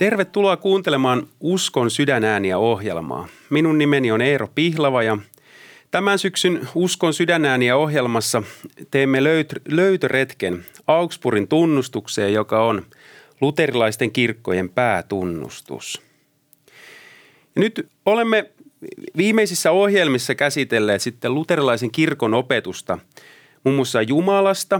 Tervetuloa kuuntelemaan Uskon sydänääniä -ohjelmaa. Minun nimeni on Eero Pihlava ja tämän syksyn Uskon sydänääniä -ohjelmassa teemme löytöretken Augsburgin tunnustukseen, joka on luterilaisten kirkkojen päätunnustus. Ja nyt olemme viimeisissä ohjelmissa käsitelleet sitten luterilaisen kirkon opetusta muun muassa Jumalasta,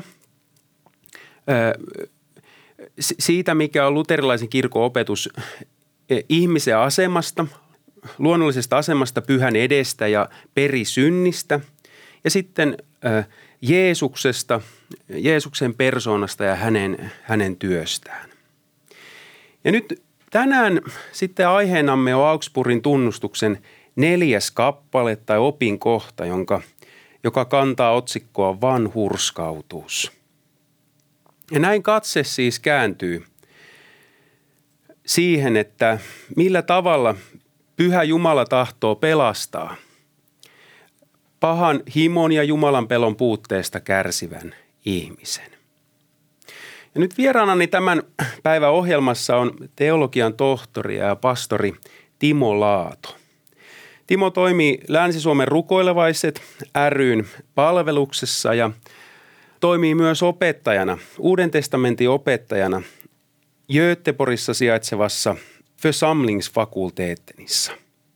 siitä, mikä on luterilaisen kirkon opetus ihmisen asemasta, luonnollisesta asemasta pyhän edestä ja perisynnistä, ja sitten Jeesuksesta, Jeesuksen persoonasta ja hänen työstään. Ja nyt tänään sitten aiheenamme on Augsburgin tunnustuksen 4. kappale tai opinkohta, joka kantaa otsikkoa vanhurskautus. Ja näin katse siis kääntyy siihen, että millä tavalla Pyhä Jumala tahtoo pelastaa pahan himon ja Jumalan pelon puutteesta kärsivän ihmisen. Ja nyt vieraanani tämän päivän ohjelmassa on teologian tohtori ja pastori Timo Laato. Timo toimii Länsi-Suomen rukoilevaiset ry:n palveluksessa ja toimii myös opettajana, Uuden testamentin opettajana Göteborgissa sijaitsevassa Församlingsfakultetenissa.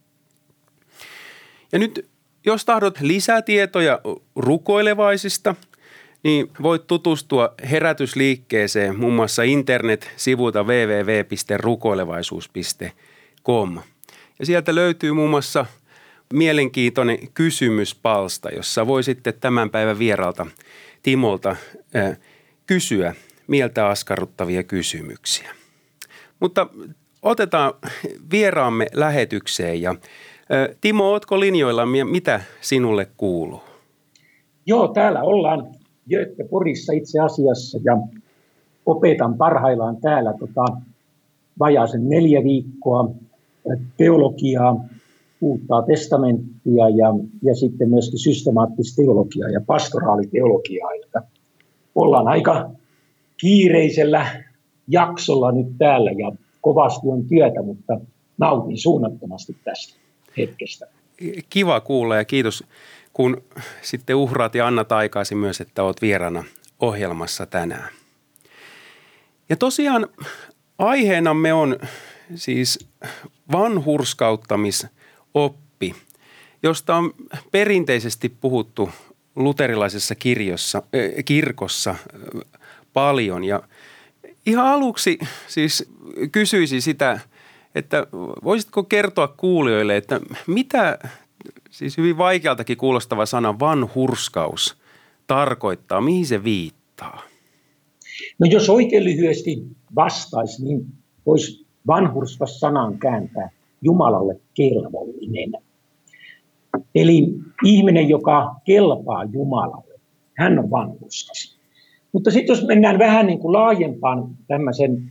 Ja nyt, jos tahdot lisätietoja rukoilevaisista, niin voit tutustua herätysliikkeeseen muun muassa internet-sivulta www.rukoilevaisuus.com. Ja sieltä löytyy muun muassa mielenkiintoinen kysymyspalsta, jossa voi sitten tämän päivän vieralta Timolta kysyä mieltä askarruttavia kysymyksiä. Mutta otetaan vieraamme lähetykseen ja Timo, ootko linjoilla, mitä sinulle kuuluu? Joo, täällä ollaan Göteborgissa itse asiassa ja opetan parhaillaan täällä vajaasen 4 viikkoa teologiaa, Uutta testamenttia ja sitten myöskin systemaattista teologiaa ja pastoraaliteologiaa. Että ollaan aika kiireisellä jaksolla nyt täällä ja kovasti on työtä, mutta nautin suunnattomasti tästä hetkestä. Kiva kuulla ja kiitos, kun sitten uhraat ja annat aikaasi myös, että olet vieraana ohjelmassa tänään. Ja tosiaan aiheenamme on siis vanhurskauttamisoppi, josta on perinteisesti puhuttu luterilaisessa kirkossa paljon. Ja ihan aluksi siis kysyisin sitä, että voisitko kertoa kuulijoille, että mitä siis hyvin vaikealtakin kuulostava sana vanhurskaus tarkoittaa, mihin se viittaa? No jos oikein lyhyesti vastaisi, niin voisi vanhurskas sanan kääntää Jumalalle kelvollinen. Eli ihminen, joka kelpaa Jumalalle, hän on vanhurskas. Mutta sitten jos mennään vähän niin kuin laajempaan tämmöisen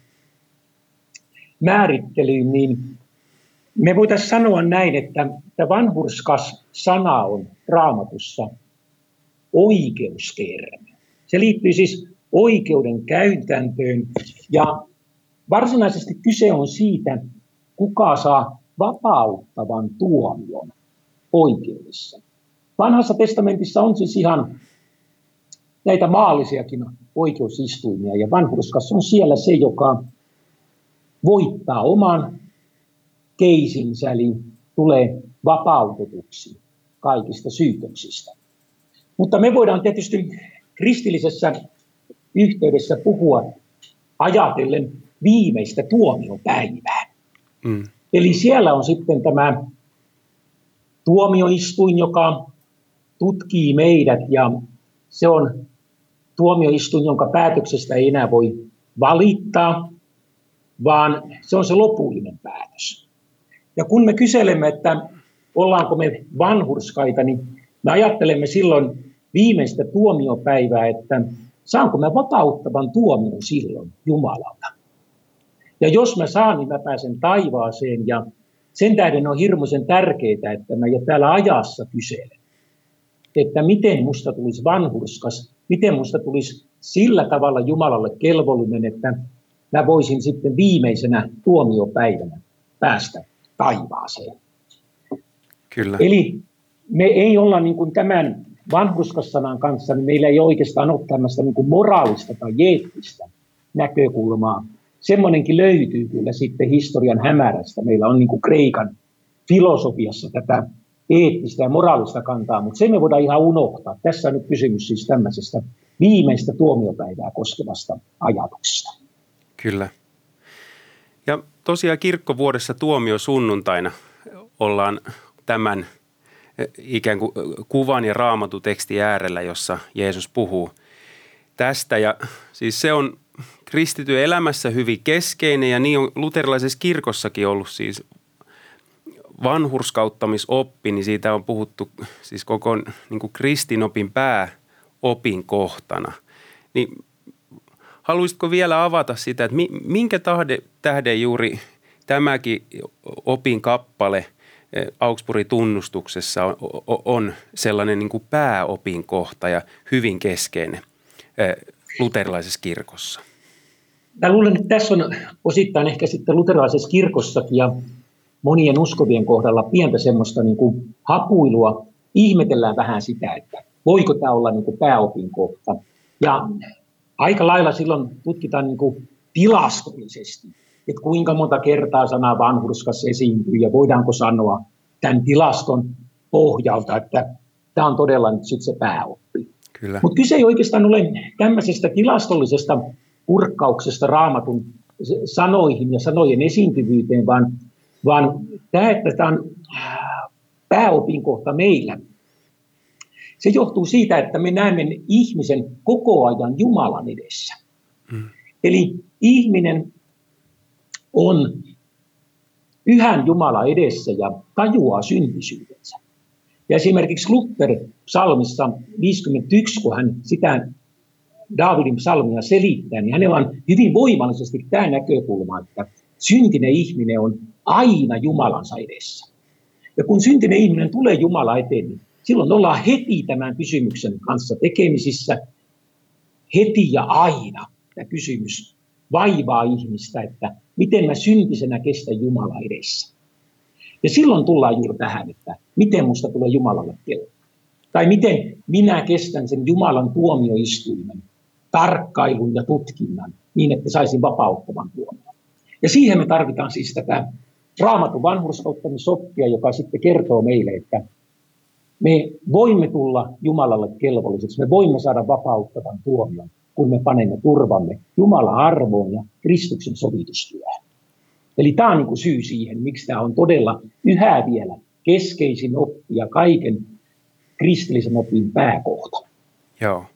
määrittelyyn, niin me voitaisiin sanoa näin, että vanhurskas sana on Raamatussa oikeustermi. Se liittyy siis oikeuden käytäntöön ja varsinaisesti kyse on siitä, kuka saa vapauttavan tuomion oikeudessa. Vanhassa testamentissa on siis ihan näitä maallisiakin oikeusistuimia ja vanhurskas on siellä se, joka voittaa oman keisinsä, eli tulee vapautetuksi kaikista syytöksistä. Mutta me voidaan tietysti kristillisessä yhteydessä puhua ajatellen viimeistä tuomiopäivää. Eli siellä on sitten tämä tuomioistuin, joka tutkii meidät ja se on tuomioistuin, jonka päätöksestä ei enää voi valittaa, vaan se on se lopullinen päätös. Ja kun me kyselemme, että ollaanko me vanhurskaita, niin me ajattelemme silloin viimeistä tuomiopäivää, että saanko mä vapauttavan tuomion silloin Jumalalta. Ja jos mä saan, niin mä pääsen taivaaseen ja sen tähden on hirmuisen tärkeää, että mä jo täällä ajassa kyselen, että miten musta tulisi vanhurskas, miten musta tulisi sillä tavalla Jumalalle kelvollinen, että mä voisin sitten viimeisenä tuomiopäivänä päästä taivaaseen. Kyllä. Eli me ei olla niin kuin tämän vanhurskassanan kanssa, niin meillä ei oikeastaan ole tämmöistä niin kuin moraalista tai eettistä näkökulmaa. Semmoinenkin löytyy kyllä sitten historian hämärästä. Meillä on niin kuin Kreikan filosofiassa tätä eettistä ja moraalista kantaa, mutta se me voidaan ihan unohtaa. Tässä on nyt kysymys siis tämmöisestä viimeistä tuomiopäivää koskevasta ajatuksesta. Kyllä. Ja tosiaan kirkkovuodessa tuomiosunnuntaina ollaan tämän ikään kuin kuvan ja raamatutekstin äärellä, jossa Jeesus puhuu tästä. Ja siis se on kristityn elämässä hyvin keskeinen ja niin on luterilaisessa kirkossakin ollut siis vanhurskauttamisoppi, niin siitä on puhuttu siis koko niin kuin kristinopin pääopin kohtana. Niin haluaisitko vielä avata sitä, että minkä tähden juuri tämäkin opin kappale Augsburgin tunnustuksessa on sellainen niin kuin pääopin kohta ja hyvin keskeinen luterilaisessa kirkossa? Mä luulen, että tässä on osittain ehkä sitten luterilaisessa kirkossakin ja monien uskovien kohdalla pientä semmoista niin kuin hapuilua. Ihmetellään vähän sitä, että voiko tämä olla niin kuin pääopin kohta. Ja aika lailla silloin tutkitaan niin kuin tilastollisesti, että kuinka monta kertaa sana vanhurskas esiintyy ja voidaanko sanoa tämän tilaston pohjalta, että tämä on todella nyt sitten se pääoppi. Mutta kyse ei oikeastaan ole tämmöisestä tilastollisesta purkkauksesta Raamatun sanoihin ja sanojen esiintyvyyteen, vaan tämä, että tämä on pääopin kohta meillä. Se johtuu siitä, että me näemme ihmisen koko ajan Jumalan edessä. Eli ihminen on yhä Jumala edessä ja tajuaa syntisyytensä. Ja esimerkiksi Luther psalmissa 51, kun hän sitä Daavidin psalmia selittää, niin hänellä on hyvin voimallisesti tämä näkökulma, että syntinen ihminen on aina Jumalansa edessä. Ja kun syntinen ihminen tulee Jumala eteen, niin silloin ollaan heti tämän kysymyksen kanssa tekemisissä, heti ja aina tämä kysymys vaivaa ihmistä, että miten mä syntisenä kestän Jumala edessä. Ja silloin tullaan juuri tähän, että miten musta tulee Jumalalle kello. Tai miten minä kestän sen Jumalan tuomioistuimen, tarkkailun ja tutkinnan, niin että saisin vapauttavan tuomion. Ja siihen me tarvitaan siis tätä Raamatun vanhurskauttamisoppia, joka sitten kertoo meille, että me voimme tulla Jumalalle kelvolliseksi, me voimme saada vapauttavan tuomion, kun me panemme turvamme Jumalan arvoon ja Kristuksen sovitustyöhön. Eli tämä on niin kuin syy siihen, miksi tämä on todella yhä vielä keskeisin oppi ja kaiken kristillisen opin pääkohta. Joo.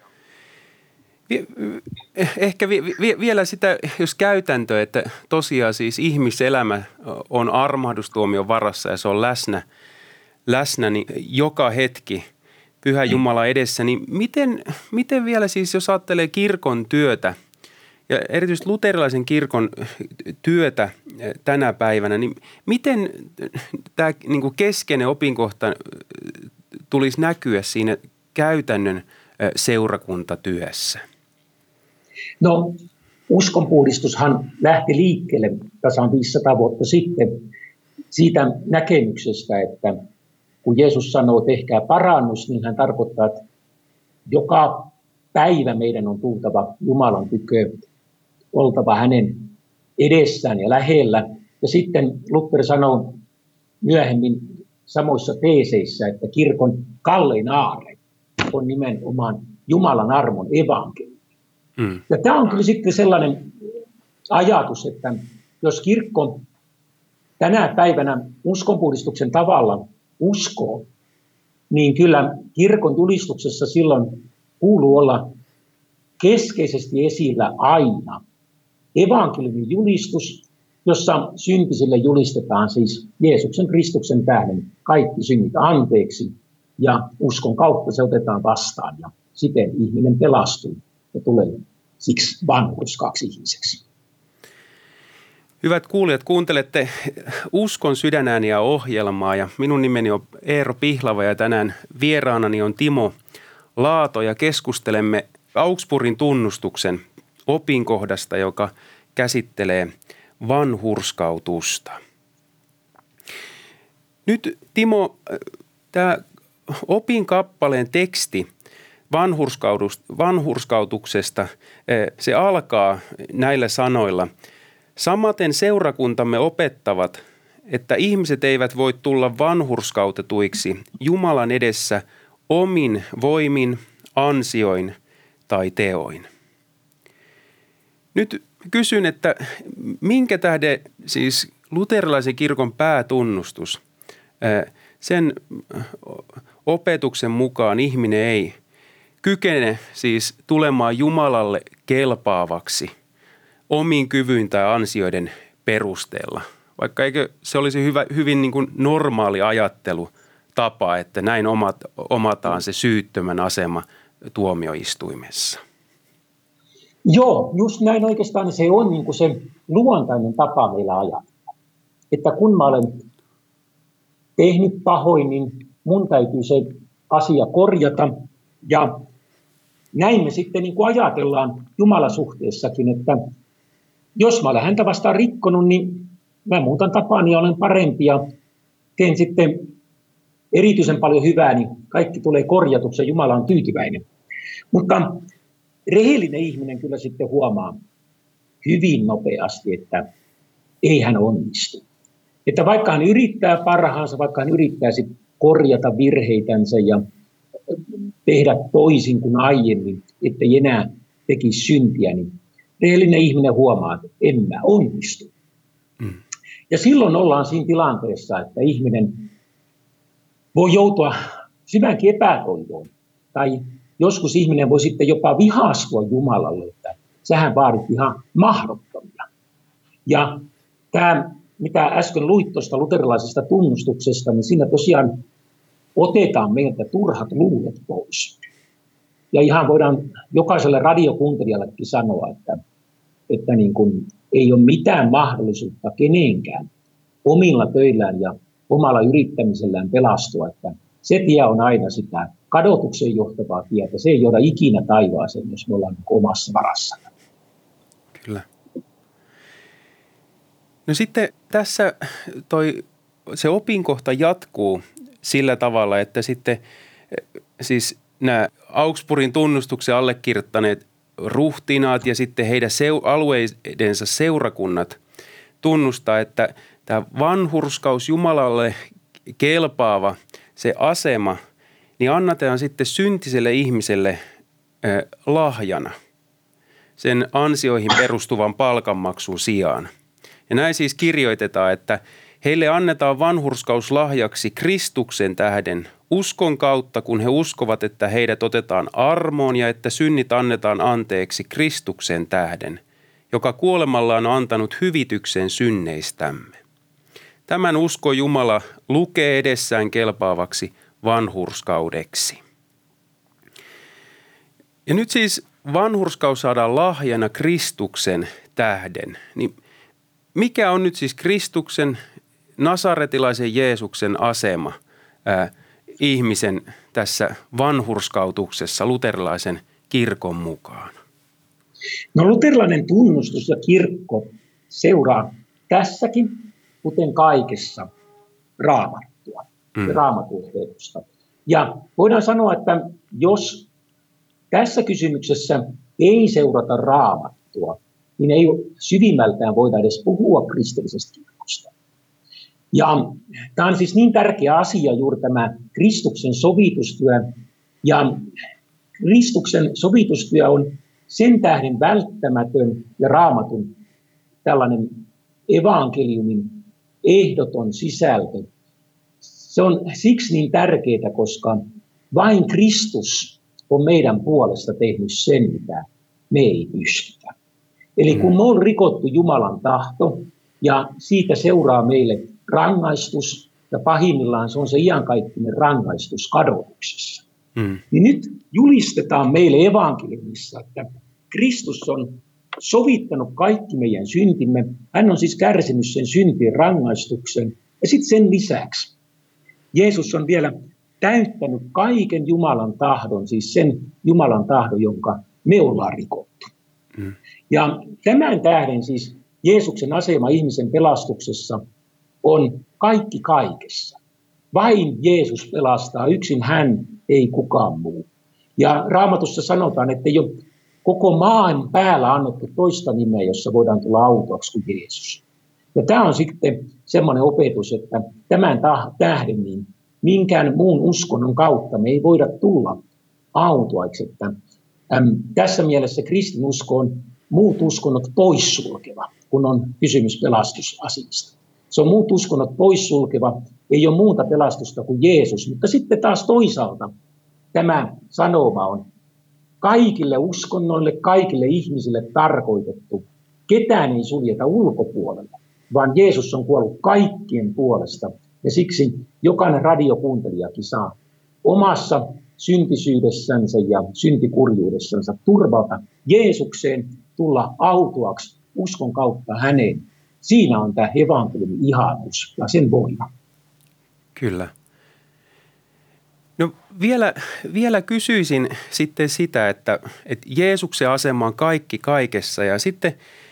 Ehkä vielä sitä, jos käytäntö, että tosiaan siis ihmiselämä on armahdustuomion varassa ja se on läsnä niin joka hetki Pyhän Jumala edessä, niin miten vielä siis, jos ajattelee kirkon työtä ja erityisesti luterilaisen kirkon työtä tänä päivänä, niin miten tämä niin kuin keskeinen opinkohta tulisi näkyä siinä käytännön seurakuntatyössä? No, uskonpuhdistushan lähti liikkeelle tasan 500 vuotta sitten siitä näkemyksestä, että kun Jeesus sanoo, tehkää parannus, niin hän tarkoittaa, että joka päivä meidän on tultava Jumalan tykö, oltava hänen edessään ja lähellä. Ja sitten Luther sanoo myöhemmin samoissa teeseissä, että kirkon kallein aarre on nimenomaan Jumalan armon evankeliumi. Ja tämä on kyllä sitten sellainen ajatus, että jos kirkko tänä päivänä uskonpuhdistuksen tavalla uskoo, niin kyllä kirkon julistuksessa silloin kuuluu olla keskeisesti esillä aina evankeliumin julistus, jossa syntisille julistetaan siis Jeesuksen Kristuksen tähden kaikki synnit anteeksi ja uskon kautta se otetaan vastaan ja siten ihminen pelastuu ja tulee siksi vanhurskaaksi ihmiseksi. Hyvät kuulijat, kuuntelette Uskon sydänääniä -ohjelmaa ja minun nimeni on Eero Pihlava ja tänään vieraanani on Timo Laato ja keskustelemme Augsburgin tunnustuksen opinkohdasta, joka käsittelee vanhurskautusta. Nyt Timo, tämä opinkappaleen teksti vanhurskautuksesta, se alkaa näillä sanoilla. Samaten seurakuntamme opettavat, että ihmiset eivät voi tulla vanhurskautetuiksi Jumalan edessä omin voimin, ansioin tai teoin. Nyt kysyn, että minkä tähden siis luterilaisen kirkon päätunnustus, sen opetuksen mukaan ihminen ei kykene siis tulemaan Jumalalle kelpaavaksi omin kyvyin tai ansioiden perusteella. Vaikka eikö se olisi hyvin niin kuin normaali ajattelutapa, että näin omataan se syyttömän asema tuomioistuimessa. Joo, just näin oikeastaan se on niin kuin se luontainen tapa meillä ajatella. Että kun mä olen tehnyt pahoin, niin mun täytyy se asia korjata. Ja näin me sitten niin kuin ajatellaan Jumalasuhteessakin, että jos mä olen häntä vastaan rikkonut, niin mä muutan tapaani ja olen parempi ja teen sitten erityisen paljon hyvää, niin kaikki tulee korjatuksi ja Jumala on tyytyväinen. Mutta rehellinen ihminen kyllä sitten huomaa hyvin nopeasti, että ei hän onnistu. Että vaikka hän yrittää parhaansa, vaikka hän yrittäisi korjata virheitänsä ja tehdä toisin kuin aiemmin, ettei enää tekisi syntiä, niin rehellinen ihminen huomaa, että en mä onnistu. Ja silloin ollaan siinä tilanteessa, että ihminen voi joutua syvänkin epätoivoon. Tai joskus ihminen voi sitten jopa vihastua Jumalalle, että sähän vaadit ihan mahdottomia. Ja tämä, mitä äsken luit tuosta luterilaisesta tunnustuksesta, niin siinä tosiaan otetaan meiltä turhat luulet pois. Ja ihan voidaan jokaiselle radiokuuntelijallekin sanoa, että niin kuin ei ole mitään mahdollisuutta kenenkään omilla töillään ja omalla yrittämisellään pelastua. Että se tie on aina sitä kadotukseen johtavaa tietä. Se ei johda ikinä taivaaseen, jos me ollaan omassa varassa. Kyllä. No sitten tässä se opinkohta jatkuu sillä tavalla, että sitten siis nämä Augsburgin tunnustuksen allekirjoittaneet ruhtinaat ja sitten heidän alueidensa seurakunnat tunnustaa, että tämä vanhurskaus Jumalalle kelpaava se asema, niin annetaan sitten syntiselle ihmiselle lahjana sen ansioihin perustuvan palkanmaksun sijaan. Ja näin siis kirjoitetaan, että heille annetaan vanhurskaus lahjaksi Kristuksen tähden uskon kautta, kun he uskovat, että heidät otetaan armoon ja että synnit annetaan anteeksi Kristuksen tähden, joka kuolemallaan on antanut hyvityksen synneistämme. Tämän usko Jumala lukee edessään kelpaavaksi vanhurskaudeksi. Ja nyt siis vanhurskaus saadaan lahjana Kristuksen tähden. Niin mikä on nyt siis Kristuksen, nasaretilaisen Jeesuksen asema ihmisen tässä vanhurskautuksessa luterilaisen kirkon mukaan? No luterilainen tunnustus ja kirkko seuraa tässäkin, kuten kaikessa, Raamattua ja Raamatun opetusta. Ja voidaan sanoa, että jos tässä kysymyksessä ei seurata Raamattua, niin ei syvimmältään voida edes puhua kristillisestä kirkosta. Ja tämä on siis niin tärkeä asia juuri tämä Kristuksen sovitustyö. Ja Kristuksen sovitustyö on sen tähden välttämätön ja Raamatun tällainen evankeliumin ehdoton sisältö. Se on siksi niin tärkeää, koska vain Kristus on meidän puolesta tehnyt sen, mitä me ei pystytä. Eli kun me on rikottu Jumalan tahto ja siitä seuraa meille rangaistus ja pahimmillaan se on se iankaikkinen rangaistus kadotuksessa. Niin nyt julistetaan meille evankeliumissa, että Kristus on sovittanut kaikki meidän syntimme. Hän on siis kärsinyt sen syntien rangaistuksen ja sitten sen lisäksi Jeesus on vielä täyttänyt kaiken Jumalan tahdon, siis sen Jumalan tahdon, jonka me ollaan rikottu. Ja tämän tähden siis Jeesuksen asema ihmisen pelastuksessa on kaikki kaikessa. Vain Jeesus pelastaa, yksin hän, ei kukaan muu. Ja Raamatussa sanotaan, että ei ole koko maan päällä annettu toista nimeä, jossa voidaan tulla autuaksi kuin Jeesus. Ja tämä on sitten semmoinen opetus, että tämän tähden niin minkään muun uskonnon kautta me ei voida tulla autuaiksi. Että, tässä mielessä kristinusko on muut uskonnot poissulkeva, kun on kysymys pelastusasiasta. Se on muut uskonnot poissulkeva, ei ole muuta pelastusta kuin Jeesus, mutta sitten taas toisaalta tämä sanoma on kaikille uskonnoille, kaikille ihmisille tarkoitettu. Ketään ei suljeta ulkopuolelle, vaan Jeesus on kuollut kaikkien puolesta. Ja siksi jokainen radiokuuntelijakin saa omassa syntisyydessänsä ja syntikurjuudessansa turvata Jeesukseen, tulla autuaksi uskon kautta häneen. Siinä on tämä evankeliumin ihanuus ja sen voima. Kyllä. No vielä kysyisin sitten sitä, että Jeesuksen asema on kaikki kaikessa ja sitten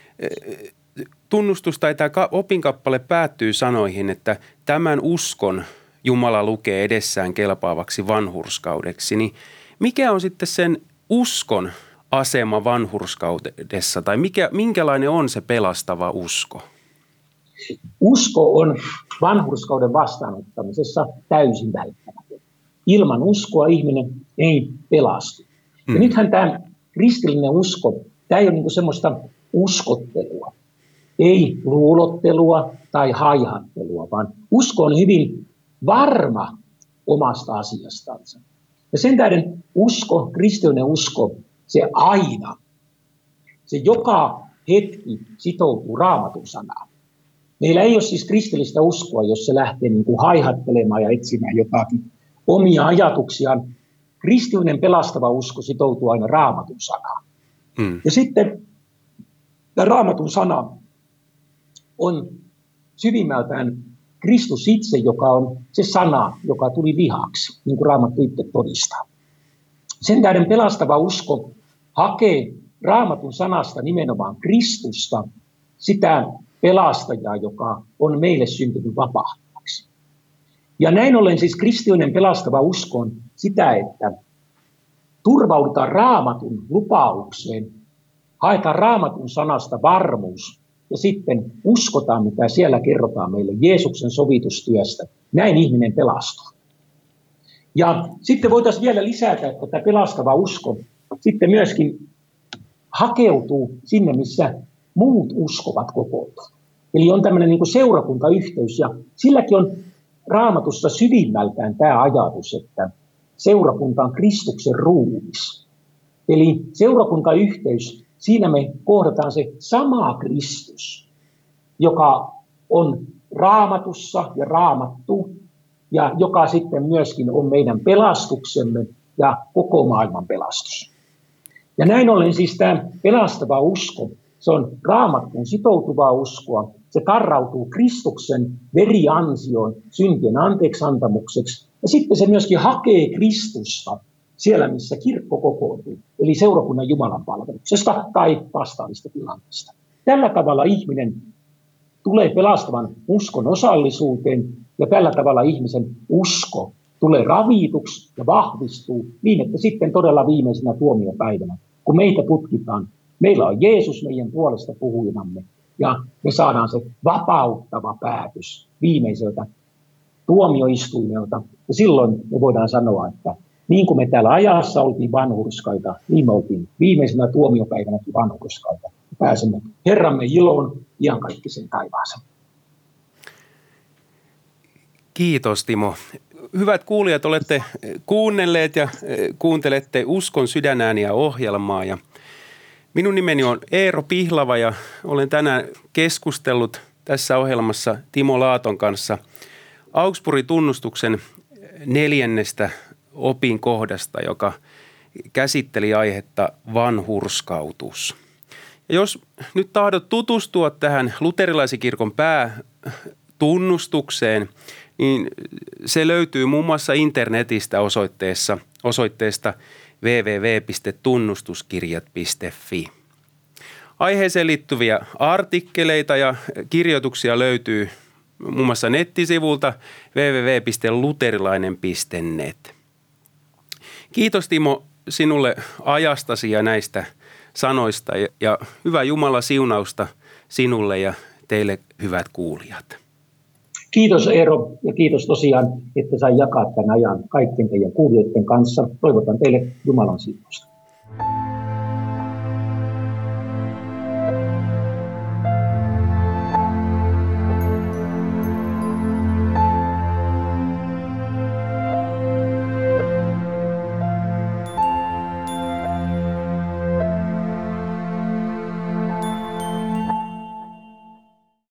tunnustus tai tämä opinkappale päättyy sanoihin, että tämän uskon Jumala lukee edessään kelpaavaksi vanhurskaudeksi. Niin mikä on sitten sen uskon asema vanhurskaudessa tai minkälainen on se pelastava usko? Usko on vanhurskauden vastaanottamisessa täysin välttämätön. Ilman uskoa ihminen ei pelastu. Ja nythän tämä kristillinen usko, tämä ei ole niin semmoista uskottelua, ei luulottelua tai haihattelua, vaan usko on hyvin varma omasta asiastansa. Ja sen tähden usko, kristillinen usko, se aina, se joka hetki sitoutuu Raamatun sanaan. Meillä ei ole siis kristillistä uskoa, jos se lähtee niin kuin haihattelemaan ja etsimään jotakin omia ajatuksiaan. Kristillinen pelastava usko sitoutuu aina Raamatun sanaan. Ja sitten tämä Raamatun sana on syvimmältään Kristus itse, joka on se sana, joka tuli lihaksi, niin kuin Raamattu itse todistaa. Sen tähden pelastava usko hakee Raamatun sanasta nimenomaan Kristusta, sitä pelastajaa, joka on meille syntynyt vapahtajaksi. Ja näin ollen siis kristillinen pelastava usko on sitä, että turvaudutaan Raamatun lupaukseen, haetaan Raamatun sanasta varmuus ja sitten uskotaan, mitä siellä kerrotaan meille Jeesuksen sovitustyöstä. Näin ihminen pelastuu. Ja sitten voitaisiin vielä lisätä, että tämä pelastava usko sitten myöskin hakeutuu sinne, missä muut uskovat kokoontua. Eli on tämmöinen niin kuin seurakuntayhteys ja silläkin on Raamatussa syvimmältään tämä ajatus, että seurakunta on Kristuksen ruumis. Eli seurakuntayhteys, siinä me kohdataan se sama Kristus, joka on Raamatussa ja raamattu ja joka sitten myöskin on meidän pelastuksemme ja koko maailman pelastus. Ja näin ollen siis tämä pelastava usko, se on Raamattuun sitoutuvaa uskoa. Se tarrautuu Kristuksen veriansioon syntien anteeksiantamukseksi. Ja sitten se myöskin hakee Kristusta siellä, missä kirkko kokoontuu. Eli seurakunnan Jumalan palveluksesta tai vastaavista tilanteista. Tällä tavalla ihminen tulee pelastavan uskon osallisuuteen. Ja tällä tavalla ihmisen usko tulee ravituksi ja vahvistuu niin, että sitten todella viimeisenä tuomiopäivänä, kun meitä tutkitaan, meillä on Jeesus meidän puolesta puhujanamme ja me saadaan se vapauttava päätös viimeiseltä tuomioistuimelta. Ja silloin me voidaan sanoa, että niin kuin me täällä ajassa oltiin vanhurskaita, niin me oltiin viimeisenä tuomiopäivänäkin vanhurskaita. Pääsemme Herramme iloon iankaikkiseen taivaaseen. Kiitos Timo. Hyvät kuulijat, olette kuunnelleet ja kuuntelette Uskon sydänääniä -ohjelmaa. Ja minun nimeni on Eero Pihlava ja olen tänään keskustellut tässä ohjelmassa Timo Laaton kanssa Augsburgin tunnustuksen 4. opinkohdasta, joka käsitteli aihetta vanhurskautus. Ja jos nyt tahdot tutustua tähän luterilaisen kirkon päätunnustukseen, niin se löytyy muun muassa internetistä osoitteesta www.tunnustuskirjat.fi. Aiheeseen liittyviä artikkeleita ja kirjoituksia löytyy muun muassa nettisivulta www.luterilainen.net. Kiitos Timo sinulle ajastasi ja näistä sanoista ja hyvää Jumalan siunausta sinulle ja teille hyvät kuulijat. Kiitos Eero ja kiitos tosiaan, että sain jakaa tämän ajan kaikkien teidän kuulijoiden kanssa. Toivotan teille Jumalan siunausta.